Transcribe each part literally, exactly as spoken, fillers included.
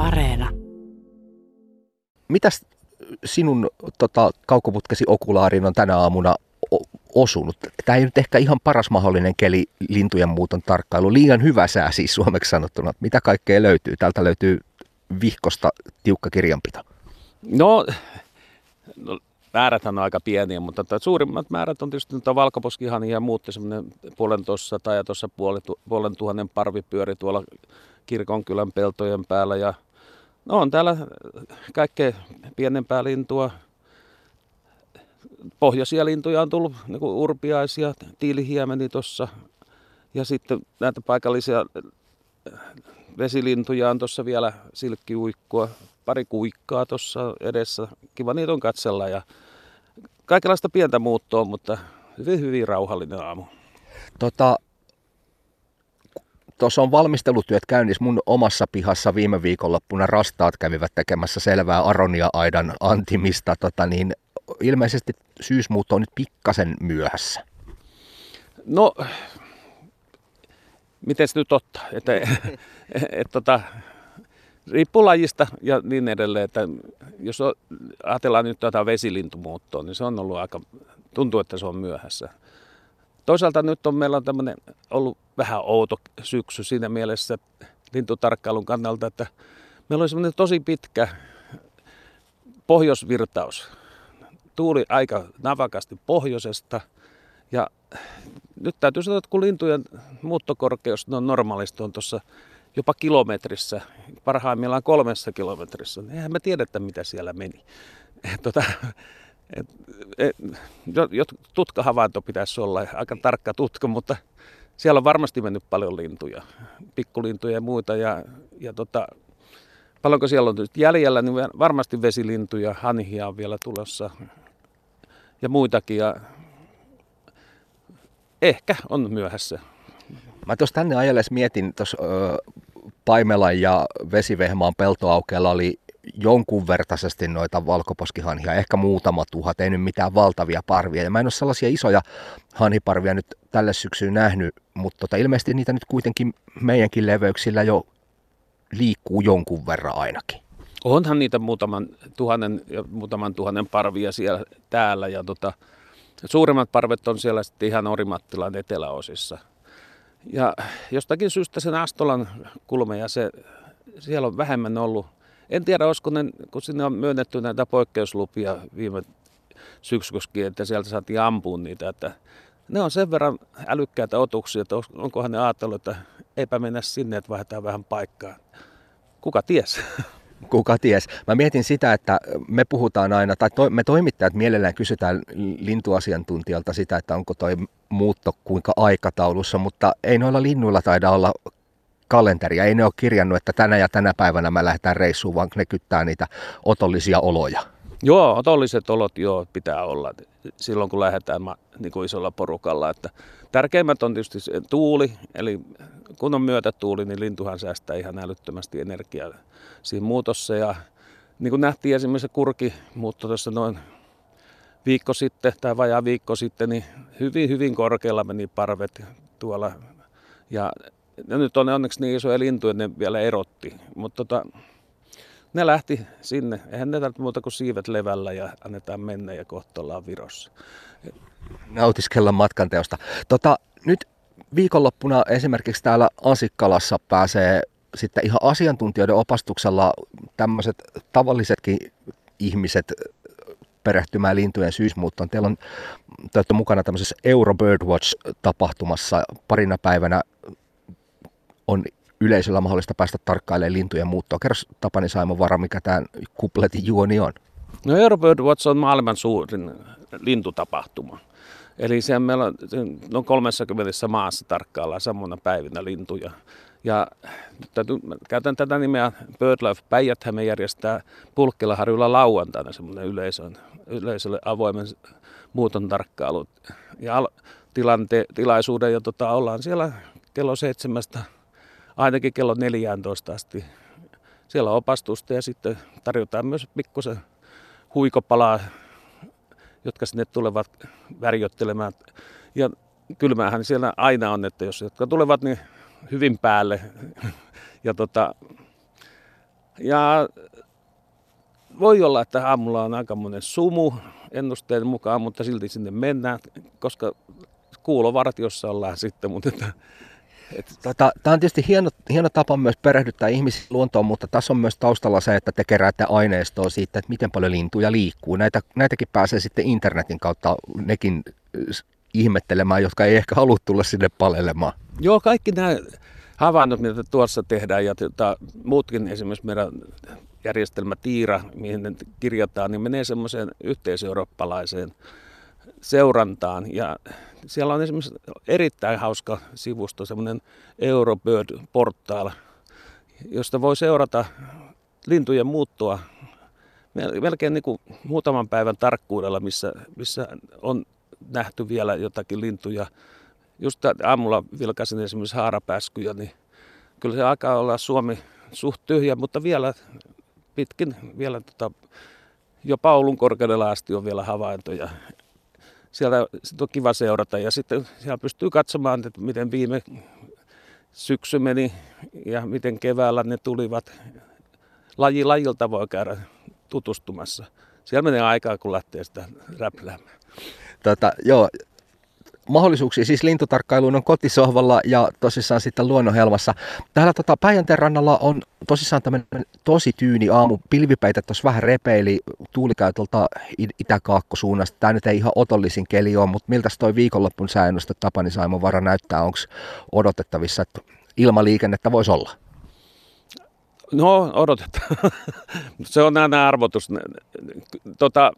Areena. Mitäs sinun tota, kaukoputkesi okulaariin on tänä aamuna osunut? Tämä ei nyt ehkä ihan paras mahdollinen keli lintujen muuton tarkkailu. Liian hyvä sää siis suomeksi sanottuna. Mitä kaikkea löytyy? Täältä löytyy vihkosta tiukka kirjanpito. No, no määräthän on aika pieniä, mutta suurimmat määrät on tietysti valkoposkihania ja muut. Semmoinen puolentoista tai ja tuossa puolen, puolen tuhannen parvi pyöri tuolla Kirkonkylän peltojen päällä. Ja no on täällä kaikkea pienempää lintua. Pohjoisia lintuja on tullut, niin kuin urpiaisia, tiilihiemeni tuossa. Ja sitten näitä paikallisia vesilintuja on tuossa vielä, silkkiuikkua, pari kuikkaa tuossa edessä. Kiva niitä on katsella ja kaikenlaista pientä muuttoa, mutta hyvin hyvin rauhallinen aamu. Tota, Tuossa on valmistelutyöt käynnissä. Mun omassa pihassa viime viikonloppuna rastaat kävivät tekemässä selvää aronia-aidan antimista. Tota niin, ilmeisesti syysmuutto on nyt pikkasen myöhässä. No, miten se nyt ottaa? Että, et, et, tota, riippuu lajista ja niin edelleen. Että jos ajatellaan nyt tätä vesilintumuuttoa, niin se on ollut aika, tuntuu, että se on myöhässä. Toisaalta nyt on meillä on tämmöinen ollut vähän outo syksy siinä mielessä lintutarkkailun kannalta, että meillä oli semmoinen tosi pitkä pohjoisvirtaus. Tuuli aika navakasti pohjoisesta ja nyt täytyy sanoa, että kun lintujen muuttokorkeus no normaalisti on tuossa jopa kilometrissä, parhaimmillaan kolmessa kilometrissä, niin eihän me tiedetä mitä siellä meni. Tota, et, et, tutkahavainto pitäisi olla aika tarkka tutka, mutta siellä on varmasti mennyt paljon lintuja, pikkulintuja ja muita. Ja, ja tota, paljonko siellä on nyt jäljellä, niin varmasti vesilintuja, hanhia on vielä tulossa ja muitakin. Ja ehkä on myöhässä. Mä tuossa tänne ajallessa mietin, tuossa Paimelan ja Vesivehmaan peltoaukealla oli jonkun vertaisesti noita valkoposkihanhia, ehkä muutama tuhat, ei nyt mitään valtavia parvia. Ja mä en ole sellaisia isoja hanhiparvia nyt tälle syksyyn nähnyt, mutta tota, ilmeisesti niitä nyt kuitenkin meidänkin leveyksillä jo liikkuu jonkun verran ainakin. Onhan niitä muutaman tuhannen ja muutaman tuhannen parvia siellä täällä ja tota, suurimmat parvet on siellä sitten ihan Orimattilan eteläosissa. Ja jostakin syystä sen Astolan kulma ja se, siellä on vähemmän ollut. En tiedä, olisiko ne, kun sinne on myönnetty näitä poikkeuslupia viime syksyksikin, että sieltä saatiin ampua niitä. Että ne on sen verran älykkäitä otuksia, että onkohan ne ajatellut, että eipä mennä sinne, että vaihdetaan vähän paikkaa. Kuka ties? Kuka ties. Mä mietin sitä, että me puhutaan aina, tai to, me toimittajat mielellään kysytään lintuasiantuntijalta sitä, että onko toi muutto kuinka aikataulussa, mutta ei noilla linnuilla taida olla kalenteria. Ei ne ole kirjannut, että tänä ja tänä päivänä me lähdetään reissuun, vaan ne kyttää niitä otollisia oloja. Joo, otolliset olot joo, pitää olla silloin, kun lähdetään niin kuin isolla porukalla. Että tärkeimmät on tietysti se tuuli, eli kun on myötätuuli, niin lintuhan säästää ihan älyttömästi energiaa siinä muutossa. Ja niin kuin nähtiin esimerkiksi kurki muutto tuossa noin viikko sitten tai vajaa viikko sitten, niin hyvin, hyvin korkealla meni parvet tuolla. Ja ja nyt on onneksi niin isoja lintuja, että ne vielä erotti, mutta tota, ne lähti sinne. Eihän ne tarvitse muuta kuin siivet levällä ja annetaan mennä ja kohta ollaan Virossa. Nautiskellaan matkanteosta. Tota, nyt viikonloppuna esimerkiksi täällä Asikkalassa pääsee sitten ihan asiantuntijoiden opastuksella tämmöiset tavallisetkin ihmiset perehtymään lintujen syysmuuttoon. Teillä on, te olette mukana tämmöisessä Euro Birdwatch-tapahtumassa parina päivänä. On yleisöllä mahdollista päästä tarkkailemaan lintujen muuttoa. Kerro Tapani Saimonvaara, mikä tämä kupletin juoni on. No Euro Birdwatch on maailman suurin lintutapahtuma. Eli siellä meillä on noin kolmekymmentä maassa tarkkaillaan samana päivinä lintuja. Ja käytän tätä nimeä BirdLife Päijät-Häme järjestää Pulkkilaharjulla lauantaina semmoinen yleisön, yleisölle avoimen muuton tarkkailu. Ja tilante, tilaisuuden ja tota, ollaan siellä kello seitsemästä ainakin kello neljätoista asti. Siellä on opastusta ja sitten tarjotaan myös pikkusen huikopalaa, jotka sinne tulevat värjöttelemään. Ja kylmähän siellä aina on, että jos jotka tulevat niin hyvin päälle. Ja tota, Ja voi olla, että aamulla on aikamoinen sumu ennusteen mukaan, mutta silti sinne mennään, koska kuulovartiossa ollaan sitten. Mutta että, että Tota, tämä on tietysti hieno, hieno tapa myös perehdyttää ihmisiä luontoon, mutta tässä on myös taustalla se, että te keräätte aineistoa siitä, että miten paljon lintuja liikkuu. Näitä, näitäkin pääsee sitten internetin kautta nekin ihmettelemään, jotka ei ehkä halua tulla sinne palelemaan. Joo, kaikki nämä havainnot, mitä tuossa tehdään ja tota, muutkin esimerkiksi meidän järjestelmä Tiira, mihin ne kirjataan, niin menee semmoiseen yhteiseurooppalaiseen seurantaan. Ja siellä on esimerkiksi erittäin hauska sivusto, semmoinen Eurobird-portaal, josta voi seurata lintujen muuttoa melkein niin kuin muutaman päivän tarkkuudella, missä, missä on nähty vielä jotakin lintuja. Just aamulla vilkaisin esimerkiksi haarapääskyjä, niin kyllä se alkaa olla Suomi suht tyhjä, mutta vielä pitkin, vielä tota, jopa Oulun korkeudella asti on vielä havaintoja. Siellä sit on kiva seurata ja sitten siellä pystyy katsomaan, että miten viime syksy meni ja miten keväällä ne tulivat. Laji lajilta voi käydä tutustumassa. Siellä menee aikaa, kun lähtee sitä räpläämään. Tota, joo, mahdollisuuksia siis lintutarkkailuun on kotisohvalla ja tosissaan sitten Luonnonhelmassa. Täällä tota, Päijänteen rannalla on tosissaan tämmöinen tosi tyyni aamu. Pilvipeite tuossa vähän repeili, tuuli käy tuolta itä-kaakkosuunnasta. Tämä nyt ei ihan otollisin keli ole, mutta miltä toi viikonloppun säännöstä Tapani Saimonvaara näyttää? Onko odotettavissa, että ilmaliikennettä voisi olla? No, odotetaan. Se on aina arvotus. Tota,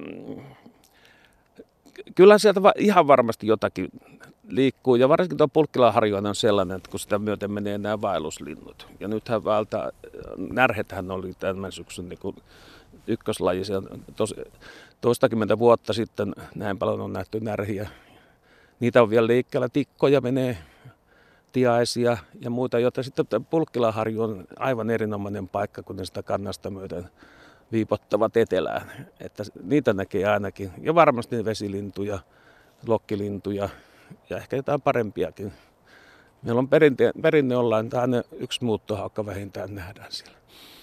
kyllä sieltä ihan varmasti jotakin liikkuu, ja varsinkin tuo Pulkkilanharjuinen on sellainen, että kun sitä myöten menee nämä vaelluslinnut. Ja nythän valta, närhethän oli tämän syksyn niin kuin ykköslaji. Tos, toistakymmentä vuotta sitten näin paljon on nähty närhiä. Niitä on vielä liikkeellä, tikkoja menee, tiaisia ja muita, joita sitten Pulkkilanharju on aivan erinomainen paikka, kun ne sitä kannasta myöten viipottavat etelään. Että niitä näkee ainakin. Ja varmasti vesilintuja, lokkilintuja ja ehkä jotain parempiakin. Meillä on perinne, perinne ollaan, että aina yksi muuttohaukka vähintään nähdään siellä.